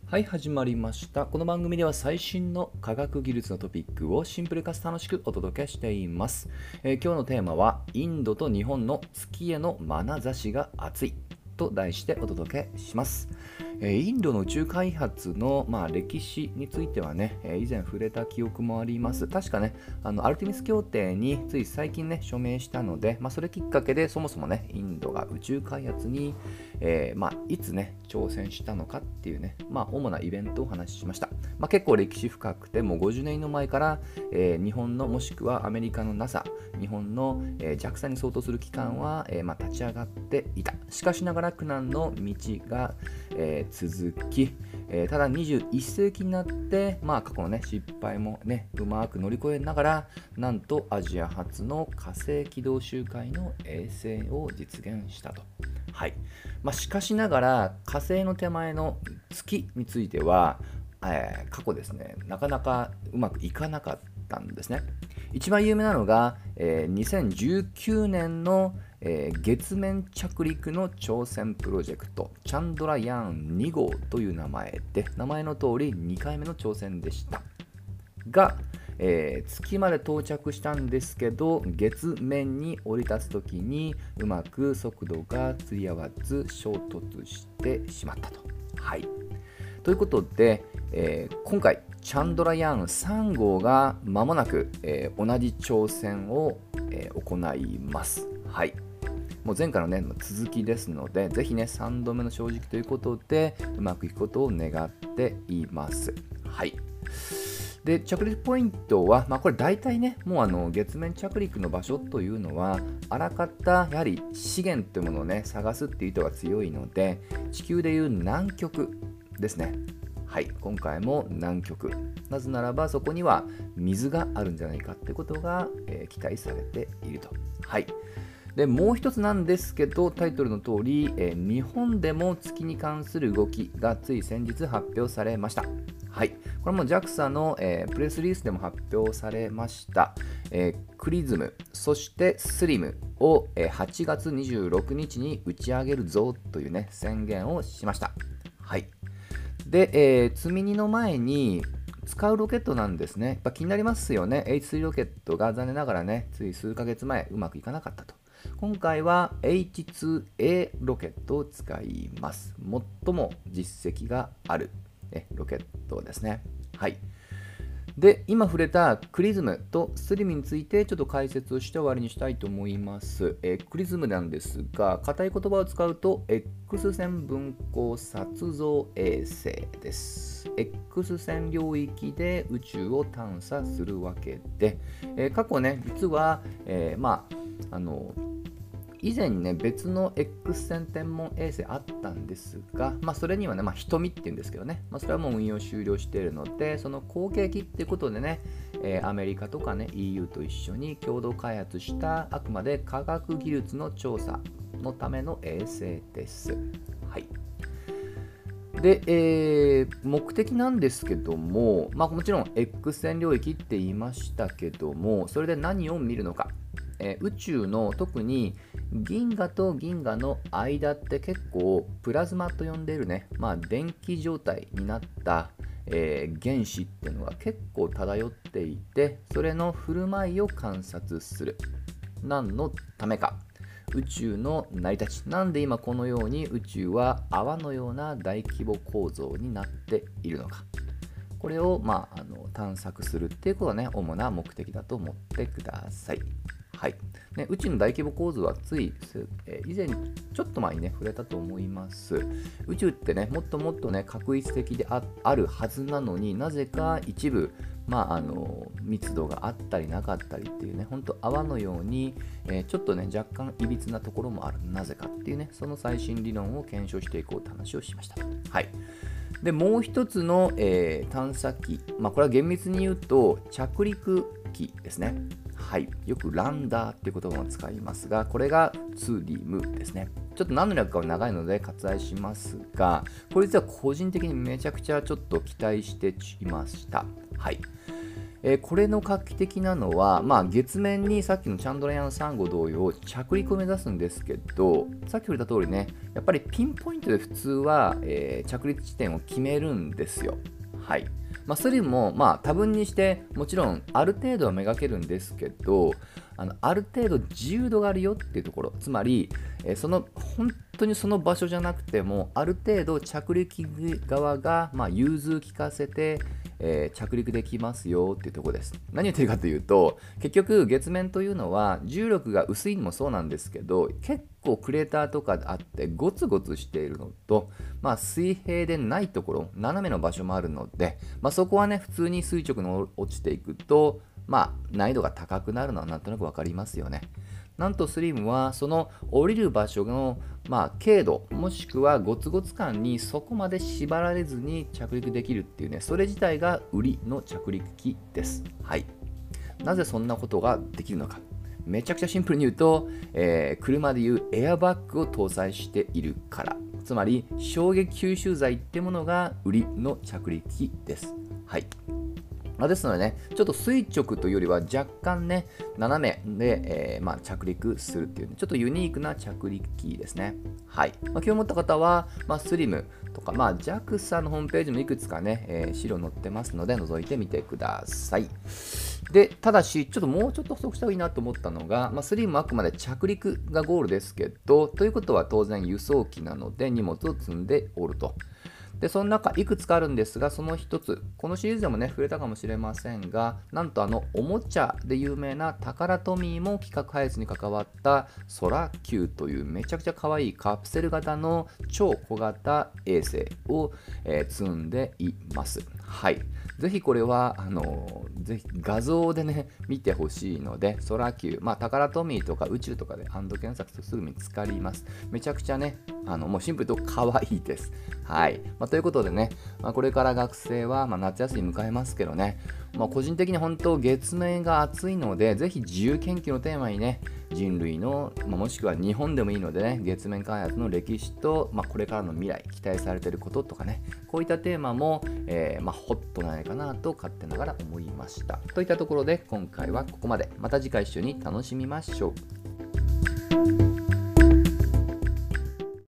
はい、始まりました。この番組では最新の科学技術のトピックをシンプルかつ楽しくお届けしています。今日のテーマは、インドと日本の月への眼差しが熱いと題してお届けします。インドの宇宙開発の、歴史についてはね、以前触れた記憶もあります。確かね、アルテミス協定につい最近ね、署名したので、それきっかけでそもそもね、インドが宇宙開発に、いつね、挑戦したのかっていうね、主なイベントをお話ししました。結構歴史深くて、もう50年以上前から、日本のもしくはアメリカの NASA、日本の、JAXA に相当する機関は、立ち上がっていた。しかしながら苦難の道が、続き、ただ21世紀になって、過去のね、失敗もね、うまく乗り越えながら、なんとアジア初の火星軌道周回の衛星を実現したと。はい。しかしながら火星の手前の月については、過去ですね、なかなかうまくいかなかったんですね。一番有名なのが、2019年の、月面着陸の挑戦プロジェクト、チャンドラヤーン2号という名前で、名前の通り2回目の挑戦でしたが、月まで到着したんですけど、月面に降り立つときにうまく速度が釣り合わず衝突してしまったと。はい。ということで、今回チャンドラヤーン3号が間もなく、同じ挑戦を、行います。はい。もう前回のね、続きですので、ぜひね、3度目の正直ということで、うまくいくことを願っています。はい。で、着陸ポイントは、これ大体ね、もう月面着陸の場所というのは、あらかたやはり資源というものをね、探すっていう意図が強いので、地球でいう南極ですね。はい、今回も南極。なぜならばそこには水があるんじゃないかってことが、期待されていると。はい。で、もう一つなんですけど、タイトルの通り、日本でも月に関する動きがつい先日発表されました。はい。これも JAXA の、プレスリリースでも発表されました。クリズム、そしてスリムを、8月26日に打ち上げるぞというね、宣言をしました。はい。で、積み荷の前に使うロケットなんですね。やっぱ気になりますよね。H3 ロケットが残念ながらね、つい数ヶ月前うまくいかなかったと。今回は H2A ロケットを使います。最も実績がある、ロケットですね。はい。で、今触れたクリズムとスリムについてちょっと解説をして終わりにしたいと思います。クリズムなんですが、硬い言葉を使うと X 線分光撮像衛星です。X 線領域で宇宙を探査するわけで、過去ね、実は、以前にね、別の X 線天文衛星あったんですが、それにはね、瞳っていうんですけどね、それはもう運用終了しているので、その後継機っていうことでね、アメリカとかね、EU と一緒に共同開発したあくまで科学技術の調査のための衛星です。はい。で、目的なんですけども、もちろん X 線領域って言いましたけども、それで何を見るのか。宇宙の特に銀河と銀河の間って結構プラズマと呼んでいるね、電気状態になった、原子っていうのが結構漂っていて、それの振る舞いを観察する。何のためか。宇宙の成り立ち。なんで今このように宇宙は泡のような大規模構造になっているのか。これを、探索するっていうことがね、主な目的だと思ってください。はい。ね、宇宙の大規模構造はつい、以前ちょっと前にね、触れたと思います。宇宙ってね、もっともっとね、確率的であるはずなのになぜか一部、密度があったりなかったりっていうね、ほんと泡のように、ちょっとね、若干いびつなところもある。なぜかっていうね、その最新理論を検証していこうって話をしました。はい。で、もう一つの、探査機、これは厳密に言うと着陸機ですね。はい、よくランダーっていう言葉を使いますが、これがツリムですね。ちょっと何の略かは長いので割愛しますが、これ実は個人的にめちゃくちゃちょっと期待していました。はい。 これの画期的なのは、月面にさっきのチャンドラヤーン3号同様着陸を目指すんですけど、さっき言った通りね、やっぱりピンポイントで普通は、着陸地点を決めるんですよ。はい。それも多分にしてもちろんある程度はめがけるんですけど、ある程度自由度があるよっていうところ、つまり、本当にその場所じゃなくてもある程度着陸側が融通きかせて、着陸できますよっていうところです。何言ってるかというと、結局月面というのは重力が薄いのもそうなんですけど、結構クレーターとかあってゴツゴツしているのと、水平でないところ、斜めの場所もあるので、そこはね普通に垂直に落ちていくと、難易度が高くなるのはなんとなく分かりますよね。なんとスリムはその降りる場所の、経度もしくはゴツゴツ感にそこまで縛られずに着陸できるっていうね、それ自体が売りの着陸機です。はい。なぜそんなことができるのか。めちゃくちゃシンプルに言うと、車でいうエアバッグを搭載しているから。つまり衝撃吸収剤ってものが売りの着陸機です。はい。ですのでね、ちょっと垂直というよりは若干ね、斜めで、着陸するっていう、ね、ちょっとユニークな着陸機ですね。はい。興味を持った方は、スリムとか、JAXA のホームページもいくつかね、資料載ってますので、覗いてみてください。で、ただし、もうちょっと補足した方がいいなと思ったのが、スリムはあくまで着陸がゴールですけど、ということは当然輸送機なので荷物を積んでおると。で、その中いくつかあるんですが、その一つ、このシリーズでもね触れたかもしれませんが、なんとおもちゃで有名なタカラトミーも企画開発に関わったソラ Q というめちゃくちゃ可愛いカプセル型の超小型衛星を、積んでいます。はい。ぜひこれはぜひ画像でね見てほしいので、ソラ Q、タカラトミーとか宇宙とかでハンド検索するとすぐ見つかります。めちゃくちゃねもうシンプルと可愛いです。はい。ということでね、これから学生は、夏休み迎えますけどね、個人的に本当月面が熱いので、ぜひ自由研究のテーマにね、人類の、もしくは日本でもいいのでね、月面開発の歴史と、これからの未来、期待されていることとかね、こういったテーマも、ホットなんじゃないかなと勝手ながら思いました。といったところで今回はここまで。また次回一緒に楽しみましょう。